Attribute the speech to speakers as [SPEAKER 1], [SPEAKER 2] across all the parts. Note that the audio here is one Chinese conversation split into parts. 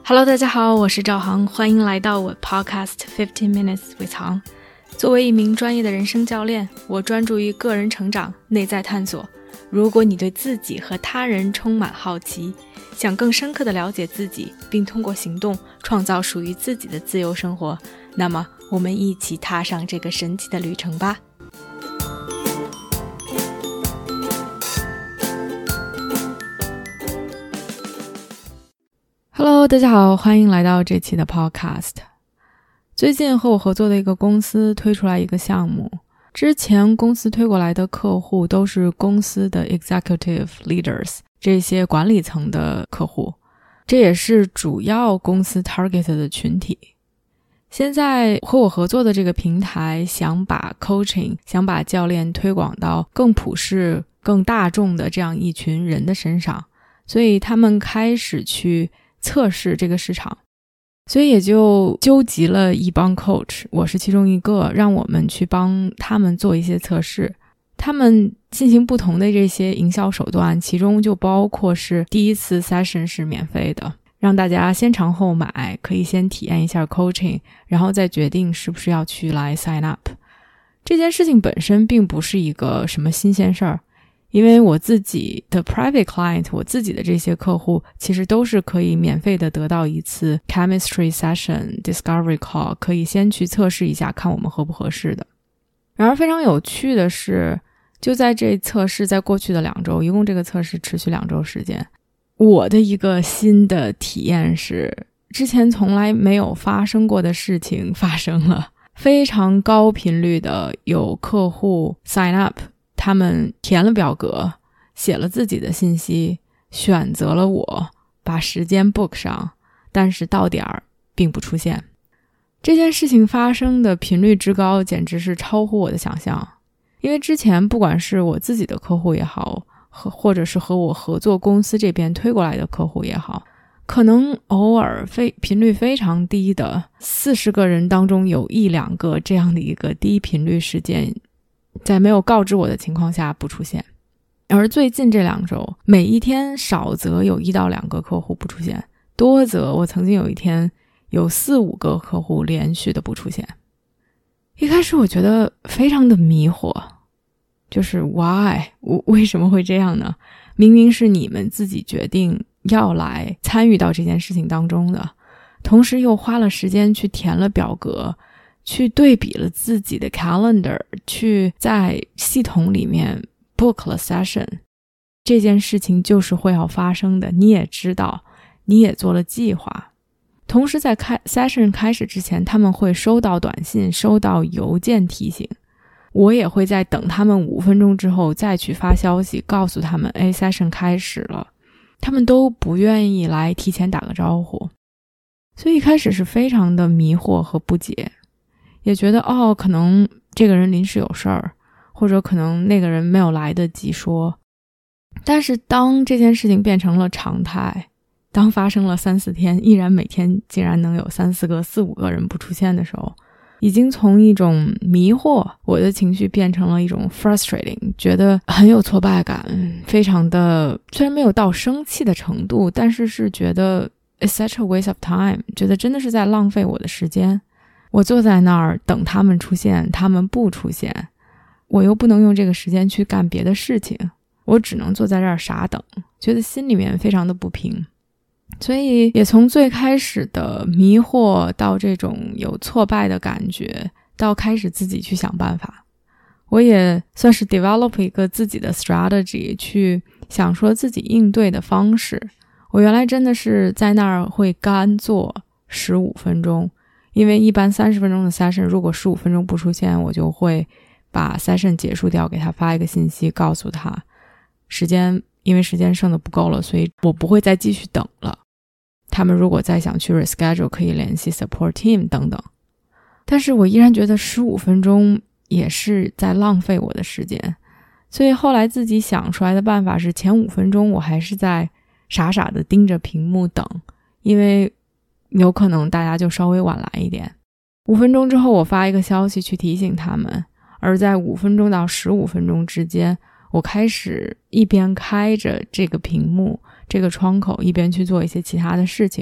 [SPEAKER 1] Hello， 大家好，我是赵航，欢迎来到我 Podcast 15 Minutes with 航。作为一名专业的人生教练，我专注于个人成长、内在探索。如果你对自己和他人充满好奇，想更深刻地了解自己，并通过行动创造属于自己的自由生活，那么我们一起踏上这个神奇的旅程吧。Hello， 大家好，欢迎来到这期的 Podcast。 最近和我合作的一个公司推出来一个项目，之前公司推过来的客户都是公司的 Executive Leaders， 这些管理层的客户，这也是主要公司 target 的群体。现在和我合作的这个平台想把 coaching， 想把教练推广到更普世、更大众的这样一群人的身上，所以他们开始去测试这个市场，所以也就纠集了一帮 coach， 我是其中一个，让我们去帮他们做一些测试。他们进行不同的这些营销手段，其中就包括是第一次 session 是免费的，让大家先尝后买，可以先体验一下 coaching， 然后再决定是不是要去来 sign up。 这件事情本身并不是一个什么新鲜事儿，因为我自己的 private client， 我自己的这些客户其实都是可以免费的得到一次 chemistry session discovery call， 可以先去测试一下看我们合不合适的。然而非常有趣的是，就在这测试在过去的2周，一共这个测试持续2周时间，我的一个新的体验是之前从来没有发生过的事情发生了。非常高频率的有客户 sign up，他们填了表格，写了自己的信息，选择了我，把时间 book 上，但是到点儿并不出现。这件事情发生的频率之高，简直是超乎我的想象。因为之前不管是我自己的客户也好，或者是和我合作公司这边推过来的客户也好，可能偶尔频率非常低的40个人当中有1-2个这样的一个低频率事件，在没有告知我的情况下不出现。而最近这2周，每一天少则有1到2个客户不出现，多则我曾经有一天有4-5个客户连续的不出现。一开始我觉得非常的迷惑，就是 why， 为什么会这样呢？明明是你们自己决定要来参与到这件事情当中的，同时又花了时间去填了表格，去对比了自己的 calendar， 去在系统里面 book 了 session， 这件事情就是会要发生的，你也知道，你也做了计划。同时在session 开始之前，他们会收到短信，收到邮件提醒，我也会在等他们5分钟之后再去发消息告诉他们session 开始了，他们都不愿意来提前打个招呼。所以一开始是非常的迷惑和不解，也觉得可能这个人临时有事儿，或者可能那个人没有来得及说。但是当这件事情变成了常态，当发生了3-4天，依然每天竟然能有3-4个、4-5个人不出现的时候，已经从一种迷惑，我的情绪变成了一种 frustrating， 觉得很有挫败感，非常的，虽然没有到生气的程度，但是是觉得 it's such a waste of time， 觉得真的是在浪费我的时间。我坐在那儿等他们出现，他们不出现，我又不能用这个时间去干别的事情，我只能坐在这儿傻等，觉得心里面非常的不平。所以也从最开始的迷惑到这种有挫败的感觉，到开始自己去想办法。我也算是 develop 一个自己的 strategy， 去想说自己应对的方式。我原来真的是在那儿会干坐15分钟，因为一般30分钟的 session， 如果15分钟不出现，我就会把 session 结束掉，给他发一个信息告诉他因为时间剩的不够了，所以我不会再继续等了。他们如果再想去 reschedule， 可以联系 support team 等等。但是我依然觉得15分钟也是在浪费我的时间，所以后来自己想出来的办法是，前5分钟我还是在傻傻的盯着屏幕等，因为有可能大家就稍微晚来一点。5分钟之后我发一个消息去提醒他们，而在5分钟到15分钟之间，我开始一边开着这个屏幕这个窗口，一边去做一些其他的事情，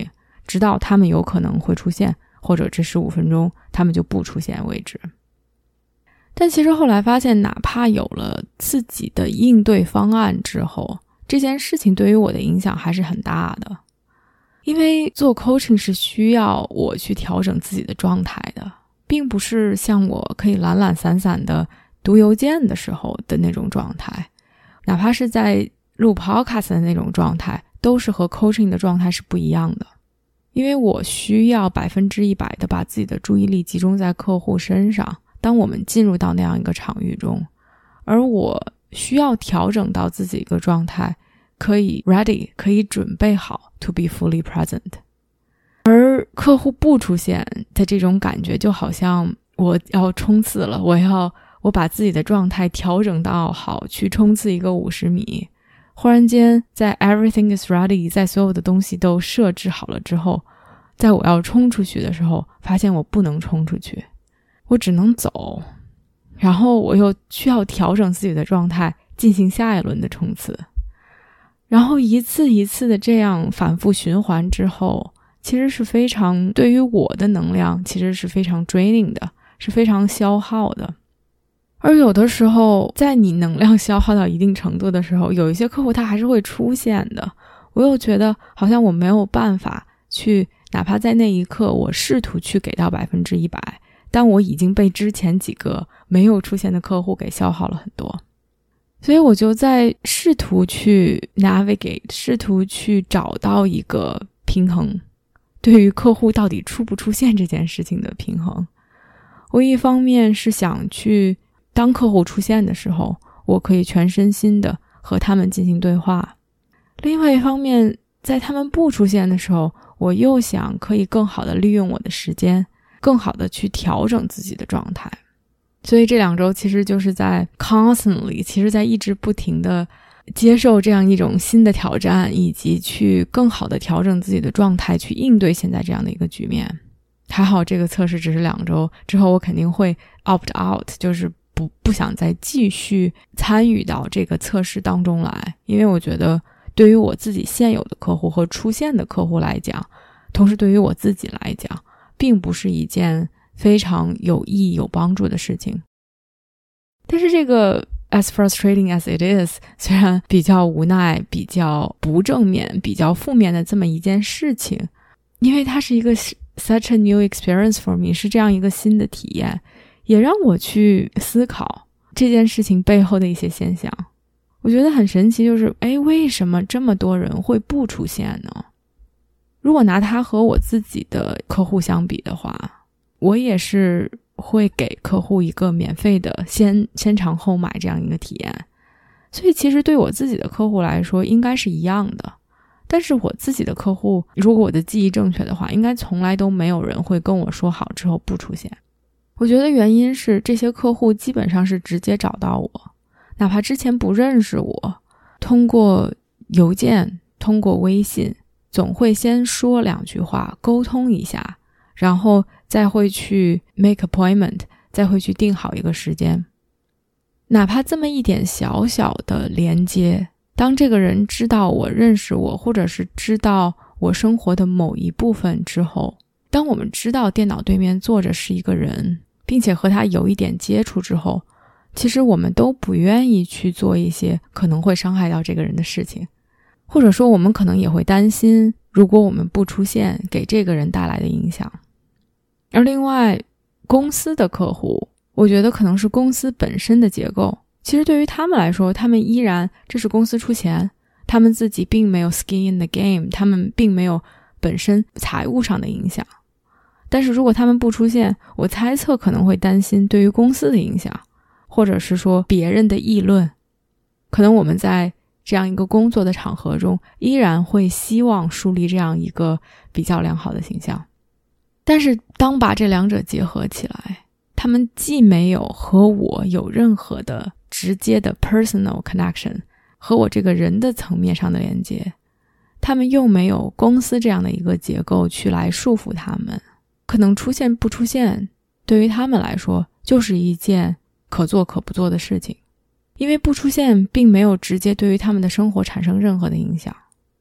[SPEAKER 1] 直到他们有可能会出现，或者这15分钟他们就不出现为止。但其实后来发现，哪怕有了自己的应对方案之后，这件事情对于我的影响还是很大的。因为做 coaching 是需要我去调整自己的状态的，并不是像我可以懒懒散散的读邮件的时候的那种状态，哪怕是在录 podcast 的那种状态，都是和 coaching 的状态是不一样的。因为我需要100%的把自己的注意力集中在客户身上，当我们进入到那样一个场域中，而我需要调整到自己一个状态，可以 ready， 可以准备好 to be fully present。 而客户不出现的这种感觉，就好像我要冲刺了，我把自己的状态调整到好去冲刺一个50米，忽然间在 everything is ready， 在所有的东西都设置好了之后，在我要冲出去的时候，发现我不能冲出去，我只能走，然后我又需要调整自己的状态，进行下一轮的冲刺。然后一次一次的这样反复循环之后，其实是非常，对于我的能量其实是非常 draining 的，是非常消耗的。而有的时候在你能量消耗到一定程度的时候，有一些客户他还是会出现的，我又觉得好像我没有办法去，哪怕在那一刻我试图去给到100%，但我已经被之前几个没有出现的客户给消耗了很多。所以我就在试图去 navigate， 试图去找到一个平衡，对于客户到底出不出现这件事情的平衡。我一方面是想去，当客户出现的时候，我可以全身心的和他们进行对话，另外一方面在他们不出现的时候，我又想可以更好的利用我的时间，更好的去调整自己的状态。所以这2周其实就是在 constantly， 其实在一直不停的接受这样一种新的挑战，以及去更好的调整自己的状态，去应对现在这样的一个局面。还好这个测试只是2周，之后我肯定会 opt out， 就是不想再继续参与到这个测试当中来，因为我觉得对于我自己现有的客户和出现的客户来讲，同时对于我自己来讲，并不是一件非常有意义有帮助的事情。但是这个 as frustrating as it is， 虽然比较无奈，比较不正面，比较负面的这么一件事情，因为它是一个 such a new experience for me， 是这样一个新的体验，也让我去思考这件事情背后的一些现象。我觉得很神奇，就是为什么这么多人会不出现呢？如果拿它和我自己的客户相比的话，我也是会给客户一个免费的先尝后买这样一个体验，所以其实对我自己的客户来说应该是一样的。但是我自己的客户，如果我的记忆正确的话，应该从来都没有人会跟我说好之后不出现。我觉得原因是这些客户基本上是直接找到我，哪怕之前不认识我，通过邮件，通过微信，总会先说2句话沟通一下，然后再会去 make appointment， 再会去定好一个时间。哪怕这么一点小小的连接，当这个人知道我认识我，或者是知道我生活的某一部分之后，当我们知道电脑对面坐着是一个人，并且和他有一点接触之后，其实我们都不愿意去做一些可能会伤害到这个人的事情，或者说我们可能也会担心，如果我们不出现，给这个人带来的影响。而另外，公司的客户，我觉得可能是公司本身的结构，其实对于他们来说，他们依然这是公司出钱，他们自己并没有 skin in the game， 他们并没有本身财务上的影响。但是如果他们不出现，我猜测可能会担心对于公司的影响，或者是说别人的议论。可能我们在这样一个工作的场合中，依然会希望树立这样一个比较良好的形象。但是当把这2者结合起来，他们既没有和我有任何的直接的 personal connection， 和我这个人的层面上的连接，他们又没有公司这样的一个结构去来束缚他们，可能出现不出现对于他们来说就是一件可做可不做的事情，因为不出现并没有直接对于他们的生活产生任何的影响。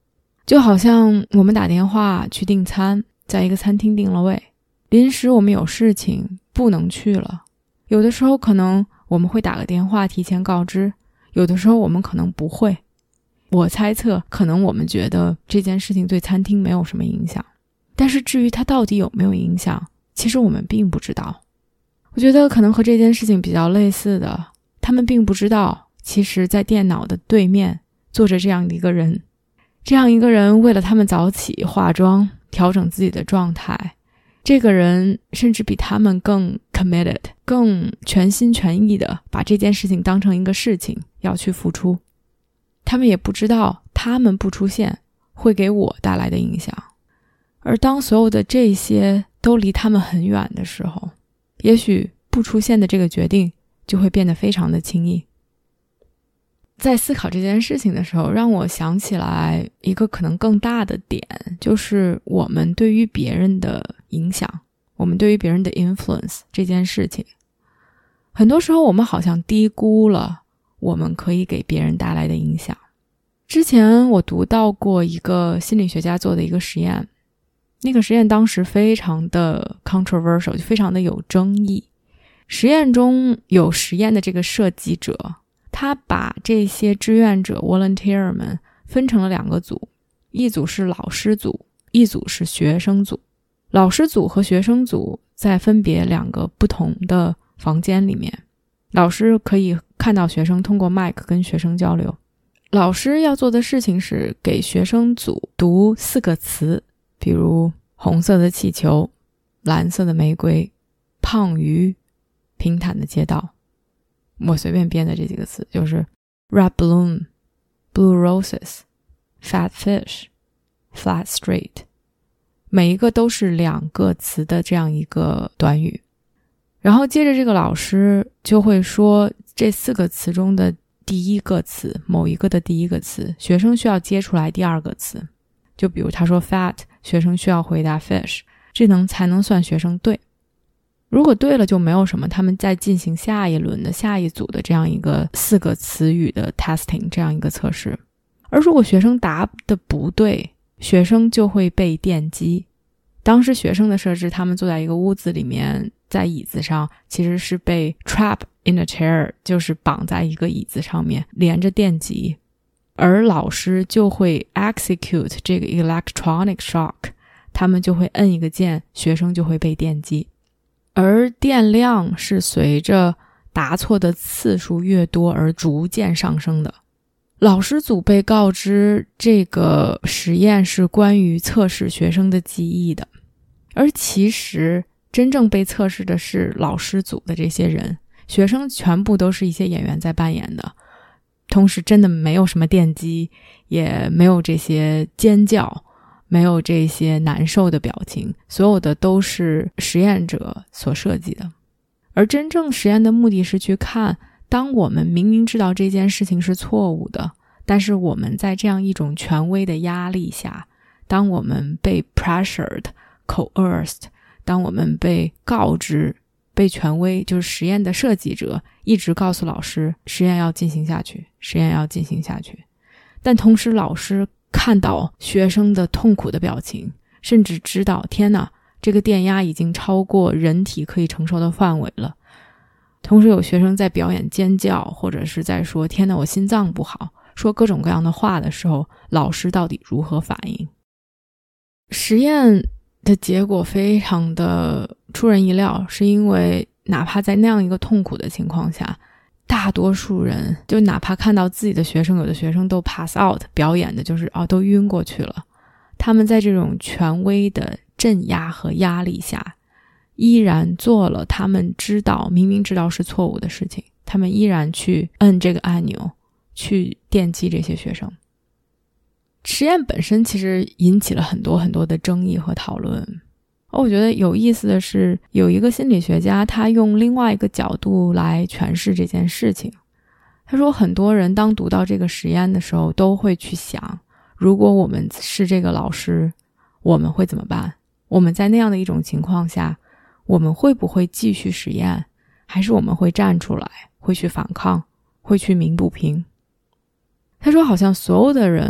[SPEAKER 1] 就好像我们打电话去订餐，在一个餐厅订了位，临时我们有事情不能去了，有的时候可能我们会打个电话提前告知，有的时候我们可能不会。我猜测可能我们觉得这件事情对餐厅没有什么影响，但是至于它到底有没有影响，其实我们并不知道。我觉得可能和这件事情比较类似的，他们并不知道其实在电脑的对面坐着这样的一个人，这样一个人为了他们早起化妆调整自己的状态，这个人甚至比他们更 committed， 更全心全意的把这件事情当成一个事情要去付出。他们也不知道他们不出现会给我带来的影响，而当所有的这些都离他们很远的时候，也许不出现的这个决定就会变得非常的轻易。在思考这件事情的时候，让我想起来一个可能更大的点，就是我们对于别人的影响，我们对于别人的 influence 这件事情。很多时候我们好像低估了我们可以给别人带来的影响。之前我读到过一个心理学家做的一个实验，那个实验当时非常的 controversial， 就非常的有争议。实验中有实验的这个设计者，他把这些志愿者 volunteer 们分成了2个组，一组是老师组，一组是学生组。老师组和学生组在分别2个不同的房间里面，老师可以看到学生通过麦克跟学生交流。老师要做的事情是给学生组读4个词，比如红色的气球、蓝色的玫瑰、胖鱼、平坦的街道。我随便编的这几个词就是 red balloon, blue roses, fat fish, flat street， 每一个都是2个词的这样一个短语。然后接着这个老师就会说这4个词中的第一个词，某一个的第一个词，学生需要接出来第2个词。就比如他说 fat， 学生需要回答 fish， 这才能算学生对。如果对了就没有什么，他们再进行下一轮的下一组的这样一个4个词语的 testing， 这样一个测试。而如果学生答的不对，学生就会被电击。当时学生的设置，他们坐在一个屋子里面，在椅子上其实是被 trap in a chair， 就是绑在一个椅子上面连着电击，而老师就会 execute 这个 electronic shock， 他们就会摁一个键，学生就会被电击。而电量是随着答错的次数越多而逐渐上升的。老师组被告知这个实验是关于测试学生的记忆的，而其实真正被测试的是老师组的这些人，学生全部都是一些演员在扮演的，同时真的没有什么电击，也没有这些尖叫，没有这些难受的表情，所有的都是实验者所设计的。而真正实验的目的是去看，当我们明明知道这件事情是错误的，但是我们在这样一种权威的压力下，当我们被 pressured, coerced， 当我们被告知，被权威就是实验的设计者一直告诉老师实验要进行下去，实验要进行下去，但同时老师看到学生的痛苦的表情，甚至知道天哪，这个电压已经超过人体可以承受的范围了。同时有学生在表演尖叫，或者是在说天哪我心脏不好，说各种各样的话的时候，老师到底如何反应？实验的结果非常的出人意料，是因为哪怕在那样一个痛苦的情况下，大多数人就哪怕看到自己的学生，有的学生都 pass out， 表演的就是都晕过去了，他们在这种权威的镇压和压力下，依然做了他们明明知道是错误的事情，他们依然去摁这个按钮，去电击这些学生。实验本身其实引起了很多很多的争议和讨论。我觉得有意思的是，有一个心理学家他用另外一个角度来诠释这件事情。他说很多人当读到这个实验的时候都会去想，如果我们是这个老师，我们会怎么办？我们在那样的一种情况下，我们会不会继续实验，还是我们会站出来，会去反抗，会去鸣不平？他说好像所有的人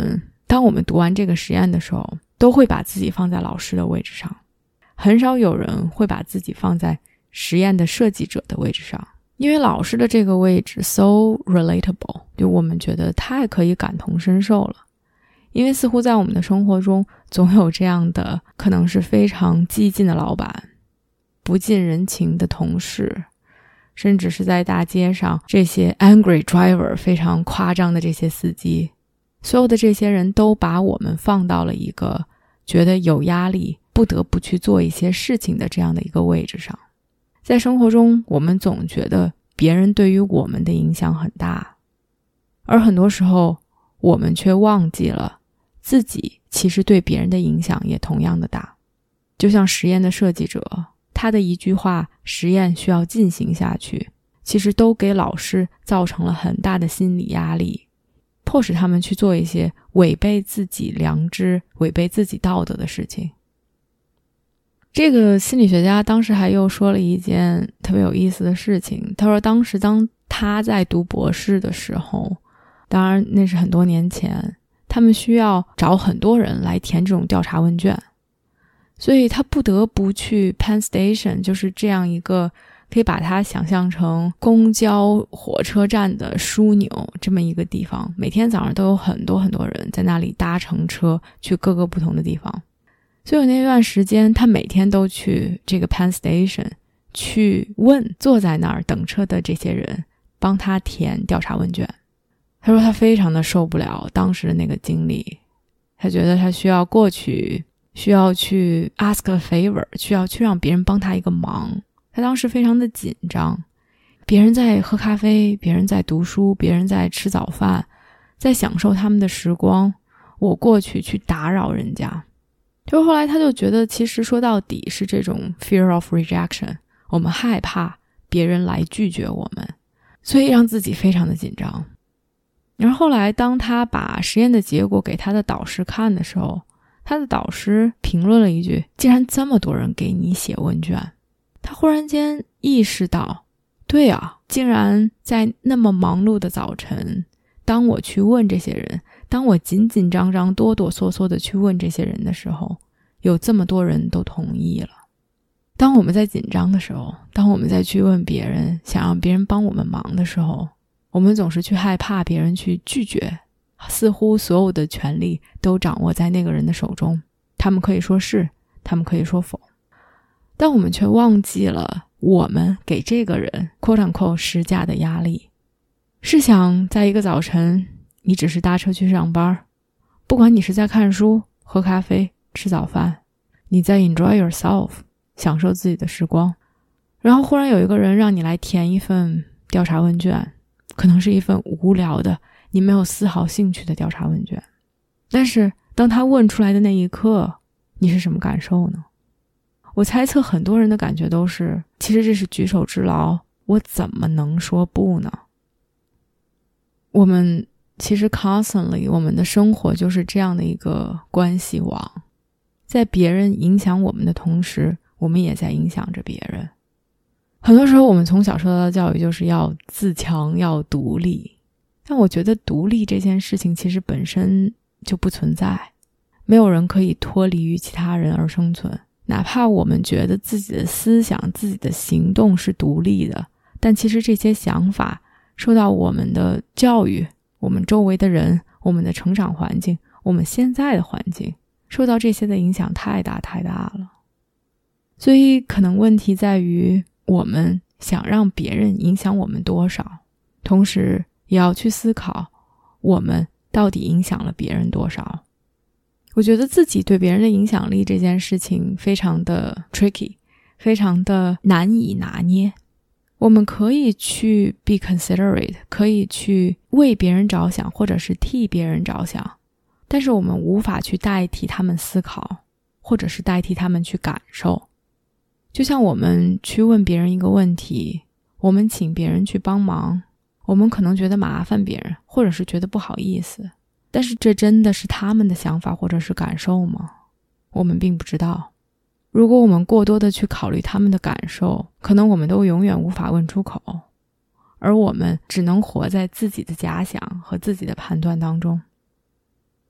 [SPEAKER 1] 当我们读完这个实验的时候，都会把自己放在老师的位置上，很少有人会把自己放在实验的设计者的位置上，因为老师的这个位置 so relatable， 就我们觉得太可以感同身受了。因为似乎在我们的生活中总有这样的可能是非常激进的老板，不近人情的同事，甚至是在大街上这些 angry driver 非常夸张的这些司机，所有的这些人都把我们放到了一个觉得有压力不得不去做一些事情的这样的一个位置上。在生活中我们总觉得别人对于我们的影响很大，而很多时候我们却忘记了自己其实对别人的影响也同样的大。就像实验的设计者，他的一句话实验需要进行下去，其实都给老师造成了很大的心理压力，迫使他们去做一些违背自己良知违背自己道德的事情。这个心理学家当时还又说了一件特别有意思的事情，他说当时当他在读博士的时候，当然那是很多年前，他们需要找很多人来填这种调查问卷，所以他不得不去 Penn Station， 就是这样一个可以把它想象成公交火车站的枢纽这么一个地方，每天早上都有很多很多人在那里搭乘车去各个不同的地方。所以那段时间他每天都去这个 Penn Station 去问坐在那儿等车的这些人帮他填调查问卷。他说他非常的受不了当时的那个经历，他觉得他需要过去，需要去 ask a favor， 需要去让别人帮他一个忙。他当时非常的紧张，别人在喝咖啡，别人在读书，别人在吃早饭，在享受他们的时光，我过去打扰人家。就是后来他就觉得其实说到底是这种 fear of rejection， 我们害怕别人来拒绝我们，所以让自己非常的紧张。然后后来当他把实验的结果给他的导师看的时候，他的导师评论了一句，既然这么多人给你写问卷，他忽然间意识到，对啊，竟然在那么忙碌的早晨，当我去问这些人，当我紧紧张张哆哆嗦嗦的去问这些人的时候，有这么多人都同意了。当我们在紧张的时候，当我们在去问别人，想让别人帮我们忙的时候，我们总是去害怕别人去拒绝，似乎所有的权利都掌握在那个人的手中，他们可以说是，他们可以说否，但我们却忘记了我们给这个人 quote unquote 施加的压力。试想在一个早晨，你只是搭车去上班，不管你是在看书、喝咖啡、吃早饭，你在 enjoy yourself， 享受自己的时光，然后忽然有一个人让你来填一份调查问卷，可能是一份无聊的你没有丝毫兴趣的调查问卷，但是当他问出来的那一刻，你是什么感受呢？我猜测很多人的感觉都是，其实这是举手之劳，我怎么能说不呢？我们其实 constantly 我们的生活就是这样的一个关系网，在别人影响我们的同时，我们也在影响着别人。很多时候我们从小受到的教育就是要自强，要独立，但我觉得独立这件事情其实本身就不存在，没有人可以脱离于其他人而生存，哪怕我们觉得自己的思想、自己的行动是独立的，但其实这些想法受到我们的教育、我们周围的人、我们的成长环境、我们现在的环境，受到这些的影响太大太大了。所以可能问题在于我们想让别人影响我们多少，同时也要去思考我们到底影响了别人多少。我觉得自己对别人的影响力这件事情非常的 tricky， 非常的难以拿捏。我们可以去 be considerate， 可以去为别人着想，或者是替别人着想，但是我们无法去代替他们思考，或者是代替他们去感受。就像我们去问别人一个问题，我们请别人去帮忙，我们可能觉得麻烦别人，或者是觉得不好意思，但是这真的是他们的想法或者是感受吗？我们并不知道。如果我们过多的去考虑他们的感受，可能我们都永远无法问出口，而我们只能活在自己的假想和自己的判断当中。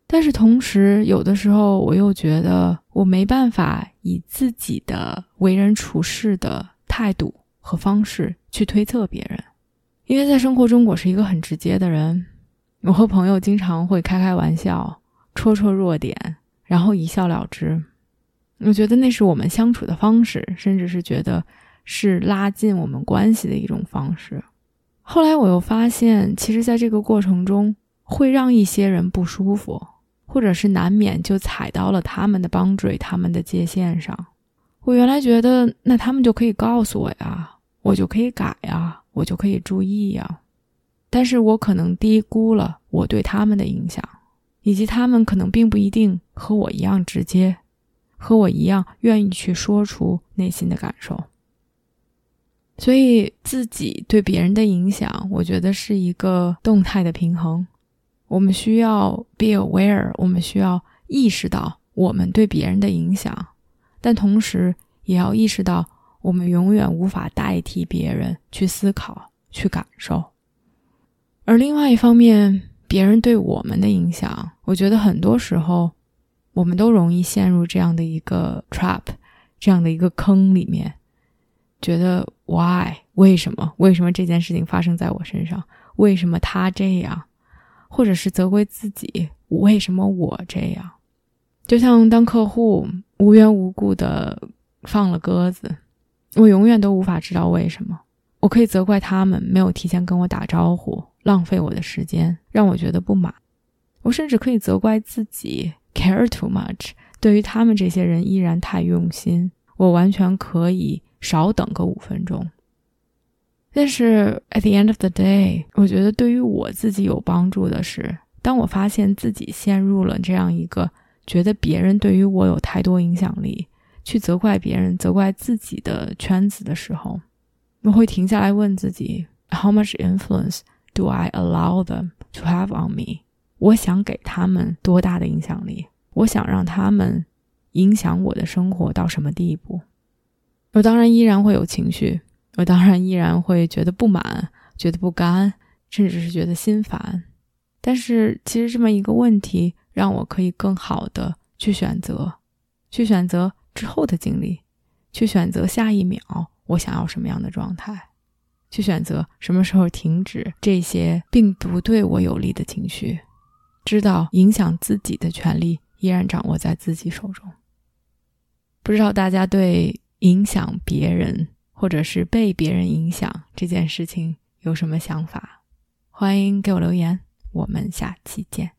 [SPEAKER 1] 但是同时有的时候我又觉得我没办法以自己的为人处事的态度和方式去推测别人，因为在生活中我是一个很直接的人，我和朋友经常会开玩笑，戳弱点，然后一笑了之。我觉得那是我们相处的方式，甚至是觉得是拉近我们关系的一种方式。后来我又发现，其实在这个过程中会让一些人不舒服，或者是难免就踩到了他们的boundary，他们的界限上。我原来觉得那他们就可以告诉我呀，我就可以改呀，我就可以注意呀。但是我可能低估了我对他们的影响，以及他们可能并不一定和我一样直接，和我一样愿意去说出内心的感受。所以自己对别人的影响，我觉得是一个动态的平衡。我们需要 be aware， 我们需要意识到我们对别人的影响，但同时也要意识到我们永远无法代替别人去思考，去感受。而另外一方面，别人对我们的影响，我觉得很多时候我们都容易陷入这样的一个 trap， 这样的一个坑里面，觉得 why 为什么这件事情发生在我身上，为什么他这样，或者是责怪自己为什么我这样。就像当客户无缘无故的放了鸽子，我永远都无法知道为什么。我可以责怪他们没有提前跟我打招呼，浪费我的时间，让我觉得不满。我甚至可以责怪自己 care too much， 对于他们这些人依然太用心，我完全可以少等个5分钟。但是 at the end of the day， 我觉得对于我自己有帮助的是，当我发现自己陷入了这样一个觉得别人对于我有太多影响力，去责怪别人，责怪自己的圈子的时候，我会停下来问自己 How much influence do I allow them to have on me？ 我想给他们多大的影响力？我想让他们影响我的生活到什么地步？我当然依然会有情绪，我当然依然会觉得不满，觉得不甘，甚至是觉得心烦。但是其实这么一个问题让我可以更好的去选择之后的经历，去选择下一秒我想要什么样的状态，去选择什么时候停止这些并不对我有利的情绪，知道影响自己的权利依然掌握在自己手中。不知道大家对影响别人或者是被别人影响这件事情有什么想法？欢迎给我留言，我们下期见。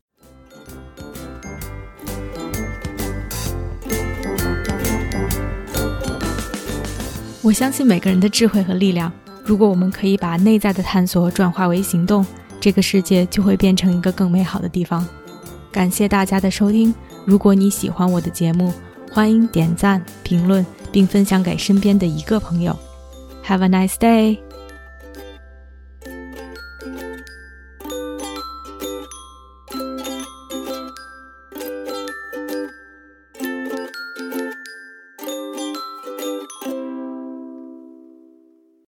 [SPEAKER 2] 我相信每个人的智慧和力量，如果我们可以把内在的探索转化为行动，这个世界就会变成一个更美好的地方。感谢大家的收听，如果你喜欢我的节目，欢迎点赞、评论并分享给身边的一个朋友。Have a nice day!